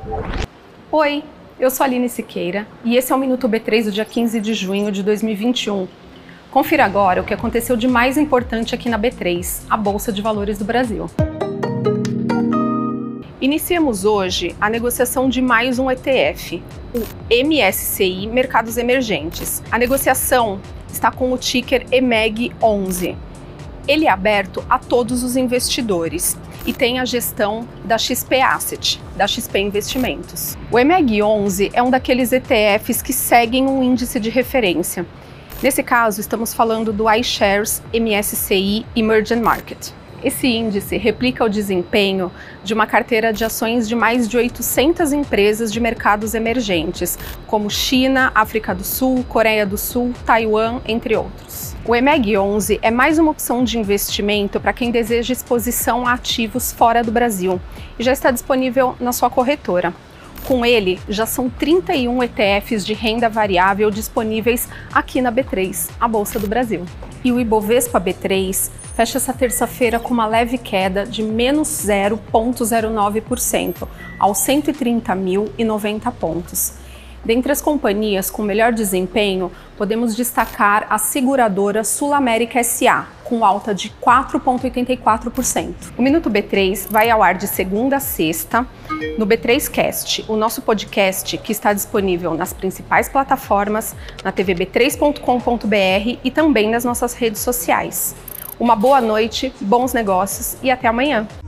Oi, eu sou a Aline Siqueira e esse é o Minuto B3 do dia 15 de junho de 2021. Confira agora o que aconteceu de mais importante aqui na B3, a Bolsa de Valores do Brasil. Iniciamos hoje a negociação de mais um ETF, o MSCI Mercados Emergentes. A negociação está com o ticker EMEG11. Ele é aberto a todos os investidores e tem a gestão da XP Asset, da XP Investimentos. O EMEG11 é um daqueles ETFs que seguem um índice de referência. Nesse caso, estamos falando do iShares MSCI Emerging Market. Esse índice replica o desempenho de uma carteira de ações de mais de 800 empresas de mercados emergentes, como China, África do Sul, Coreia do Sul, Taiwan, entre outros. O EMEG11 é mais uma opção de investimento para quem deseja exposição a ativos fora do Brasil e já está disponível na sua corretora. Com ele, já são 31 ETFs de renda variável disponíveis aqui na B3, a Bolsa do Brasil. E o Ibovespa B3 fecha essa terça-feira com uma leve queda de menos 0,09%, aos 130.090 pontos. Dentre as companhias com melhor desempenho, podemos destacar a seguradora SulAmérica S.A., com alta de 4,84%. O Minuto B3 vai ao ar de segunda a sexta no B3Cast, o nosso podcast que está disponível nas principais plataformas, na tvb3.com.br e também nas nossas redes sociais. Uma boa noite, bons negócios e até amanhã!